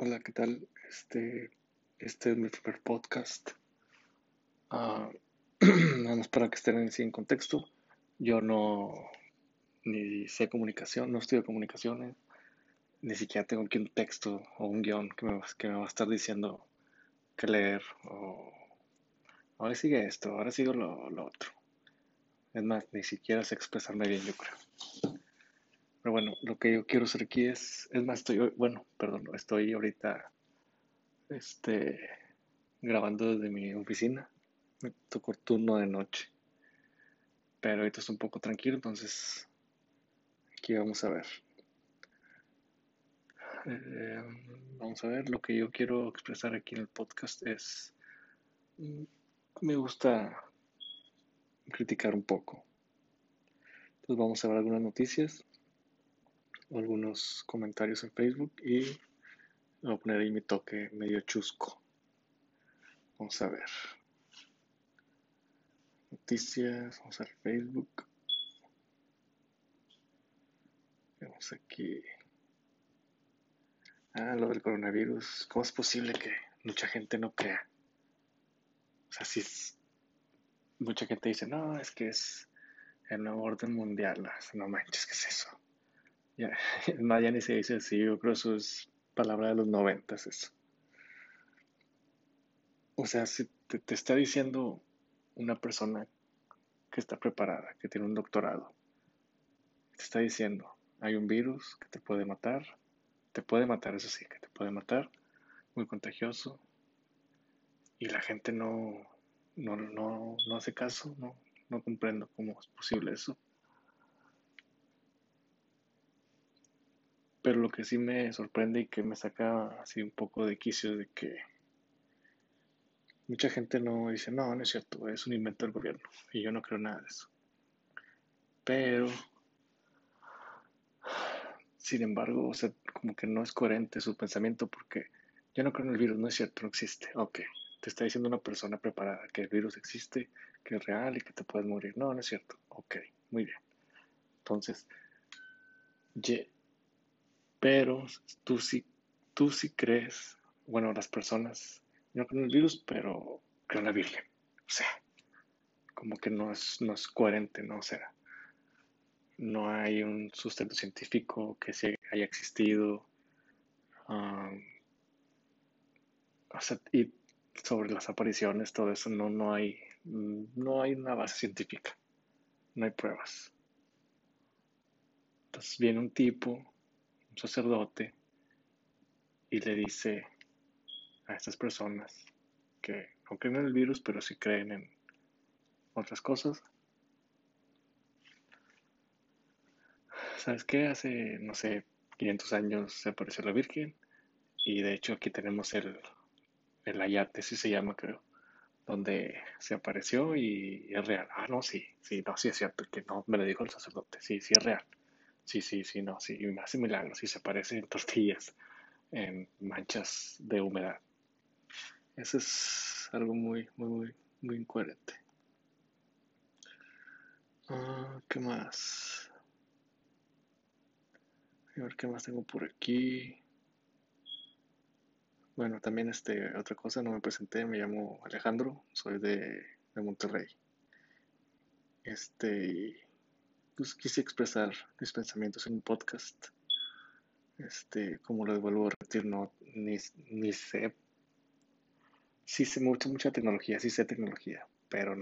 Hola, ¿qué tal? Este es mi primer podcast. Ah, Nada más para que estén así en contexto. Yo no ni sé comunicación, no estudio comunicaciones, ni siquiera tengo aquí un texto o un guión que me va a estar diciendo qué leer o ahora sigue esto, ahora sigo lo otro. Es más, ni siquiera sé expresarme bien, yo creo. Pero bueno, lo que yo quiero hacer aquí es más, bueno, estoy ahorita, este, grabando desde mi oficina. Me tocó turno de noche, pero ahorita es un poco tranquilo, entonces aquí vamos a ver. Eh, Vamos a ver, lo que yo quiero expresar aquí en el podcast mm, me gusta criticar un poco. Entonces vamos a ver algunas noticias o algunos comentarios en Facebook y voy a poner ahí mi toque medio chusco. Vamos a ver. Noticias, vamos a ver Facebook. Vamos aquí. Lo del coronavirus. ¿Cómo es posible que mucha gente no crea? O sea, sí, mucha gente dice, no, es que es el nuevo orden mundial. No manches, ¿qué es eso? Ya, más ya ni se dice así, yo creo que eso es palabra de los 90 eso. O sea, si te está diciendo una persona que está preparada, que tiene un doctorado, te está diciendo, hay un virus que te puede matar, eso sí, que te puede matar, muy contagioso, y la gente no hace caso, no comprendo cómo es posible eso. Pero lo que sí me sorprende y que me saca así un poco de quicio es de que mucha gente no dice, no, no es cierto, es un invento del gobierno. Y yo no creo nada de eso. Pero, sin embargo, o sea, como que no es coherente su pensamiento porque yo no creo en el virus, no es cierto, no existe. Ok, te está diciendo una persona preparada que el virus existe, que es real y que te puedes morir. No, no es cierto. Ok, muy bien. Entonces, ye- pero tú sí crees, bueno, las personas, yo no creo en el virus, pero creo en la Virgen. O sea, como que no es coherente, ¿no? O sea, no hay un sustento científico que se haya existido. um, o sea, y sobre las apariciones, todo eso, no hay una base científica, no hay pruebas. Entonces viene un tipo, un sacerdote, y le dice a estas personas que no creen en el virus, pero sí creen en otras cosas. ¿Sabes qué? Hace, no sé, 500 años se apareció la Virgen y de hecho aquí tenemos el Ayate, sí se llama, creo, donde se apareció y es real. Ah, no, sí, sí, no, sí es cierto, que no, me lo dijo el sacerdote, sí, sí es real. Sí, sí, sí, no, sí, y me hace milagros, sí se aparece en tortillas, en manchas de humedad. Eso es algo muy, muy, muy, muy incoherente. ¿Qué más? A ver qué más tengo por aquí. Bueno, también otra cosa, no me presenté, me llamo Alejandro, soy de Monterrey. Y pues quise expresar mis pensamientos en un podcast. Como lo vuelvo a repetir, no, ni sé, sí sé mucha tecnología, sí sé tecnología, pero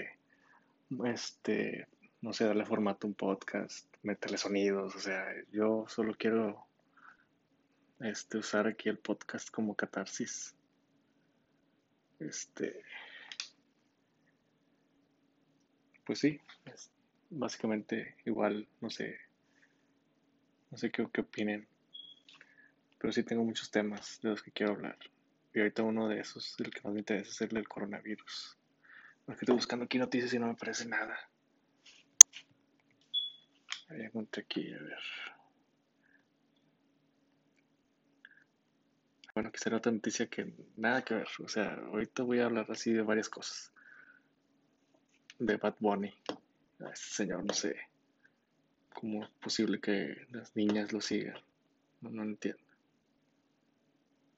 este, no sé darle formato a un podcast, meterle sonidos, o sea, yo solo quiero, usar aquí el podcast como catarsis. Este, pues sí, básicamente igual, no sé qué opinen, pero sí tengo muchos temas de los que quiero hablar. Y ahorita uno de esos, el que más me interesa, es el del coronavirus. Porque estoy buscando aquí noticias y no me parece nada. Ahí encontré aquí, a ver. Bueno, aquí será otra noticia que nada que ver. O sea, ahorita voy a hablar así de varias cosas. De Bad Bunny. A este señor, no sé cómo es posible que las niñas lo sigan. No entiendo.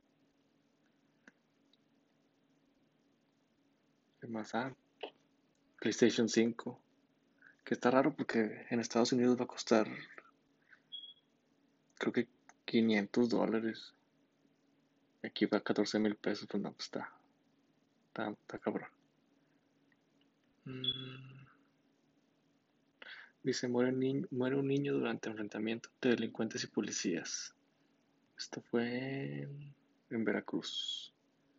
más? PlayStation 5. Que está raro porque en Estados Unidos va a costar, creo que $500. Aquí va a 14,000 pesos. Pues no, pues está cabrón. Mm, Dice, muere un niño durante enfrentamiento de delincuentes y policías. Esto fue en Veracruz.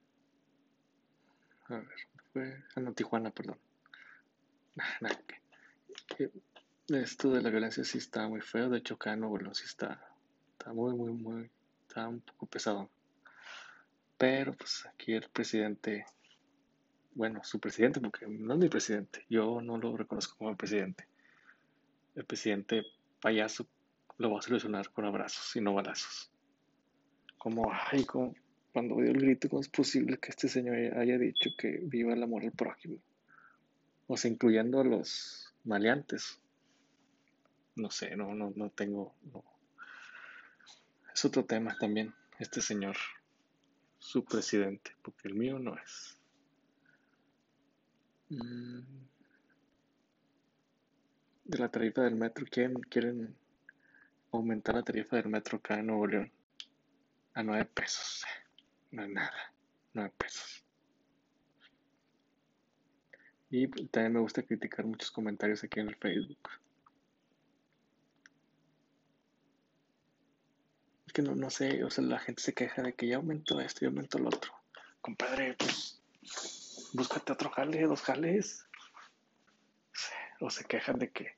A ver, fue. No, Tijuana, perdón. Nada, que- esto de la violencia sí está muy feo. De hecho, acá en Nuevo León sí está muy, muy, muy. Está un poco pesado. Pero pues aquí el presidente, bueno, su presidente, porque no es mi presidente, yo no lo reconozco como el presidente. El presidente payaso lo va a solucionar con abrazos y no balazos. Como cuando dio el grito, ¿cómo es posible que este señor haya dicho que viva el amor al prójimo? O sea, incluyendo a los maleantes. No sé, no tengo. No. Es otro tema también, este señor, su presidente, porque el mío no es. Mm, De la tarifa del metro, quieren aumentar la tarifa del metro acá en Nuevo León a 9 pesos. No es nada, 9 pesos. Y también me gusta criticar muchos comentarios aquí en el Facebook. Es que no sé, o sea, la gente se queja de que ya aumentó esto y aumentó lo otro. Compadre, pues búscate otro jale, dos jales. O se quejan de que,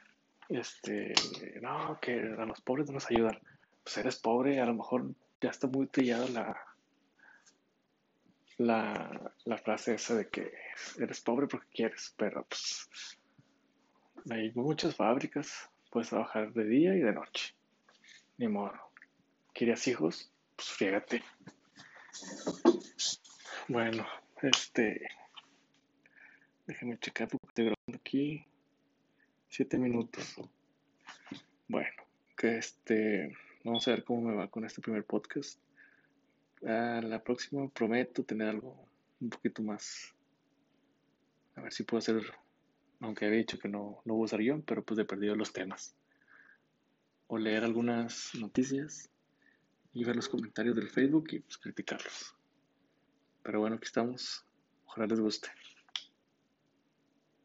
no, que a los pobres no nos ayudan. Pues eres pobre, a lo mejor ya está muy trillada la frase esa de que eres pobre porque quieres, pero pues hay muchas fábricas, puedes trabajar de día y de noche, ni modo. ¿Querías hijos? Pues fíjate. Bueno, déjame checar porque estoy grabando aquí 7 minutos. Bueno, que vamos a ver cómo me va con este primer podcast. La próxima prometo tener algo un poquito más, a ver si puedo hacer, aunque he dicho que no voy a usar guión, pero pues he perdido los temas. O leer algunas noticias y ver los comentarios del Facebook y pues criticarlos. Pero bueno, aquí estamos. Ojalá les guste.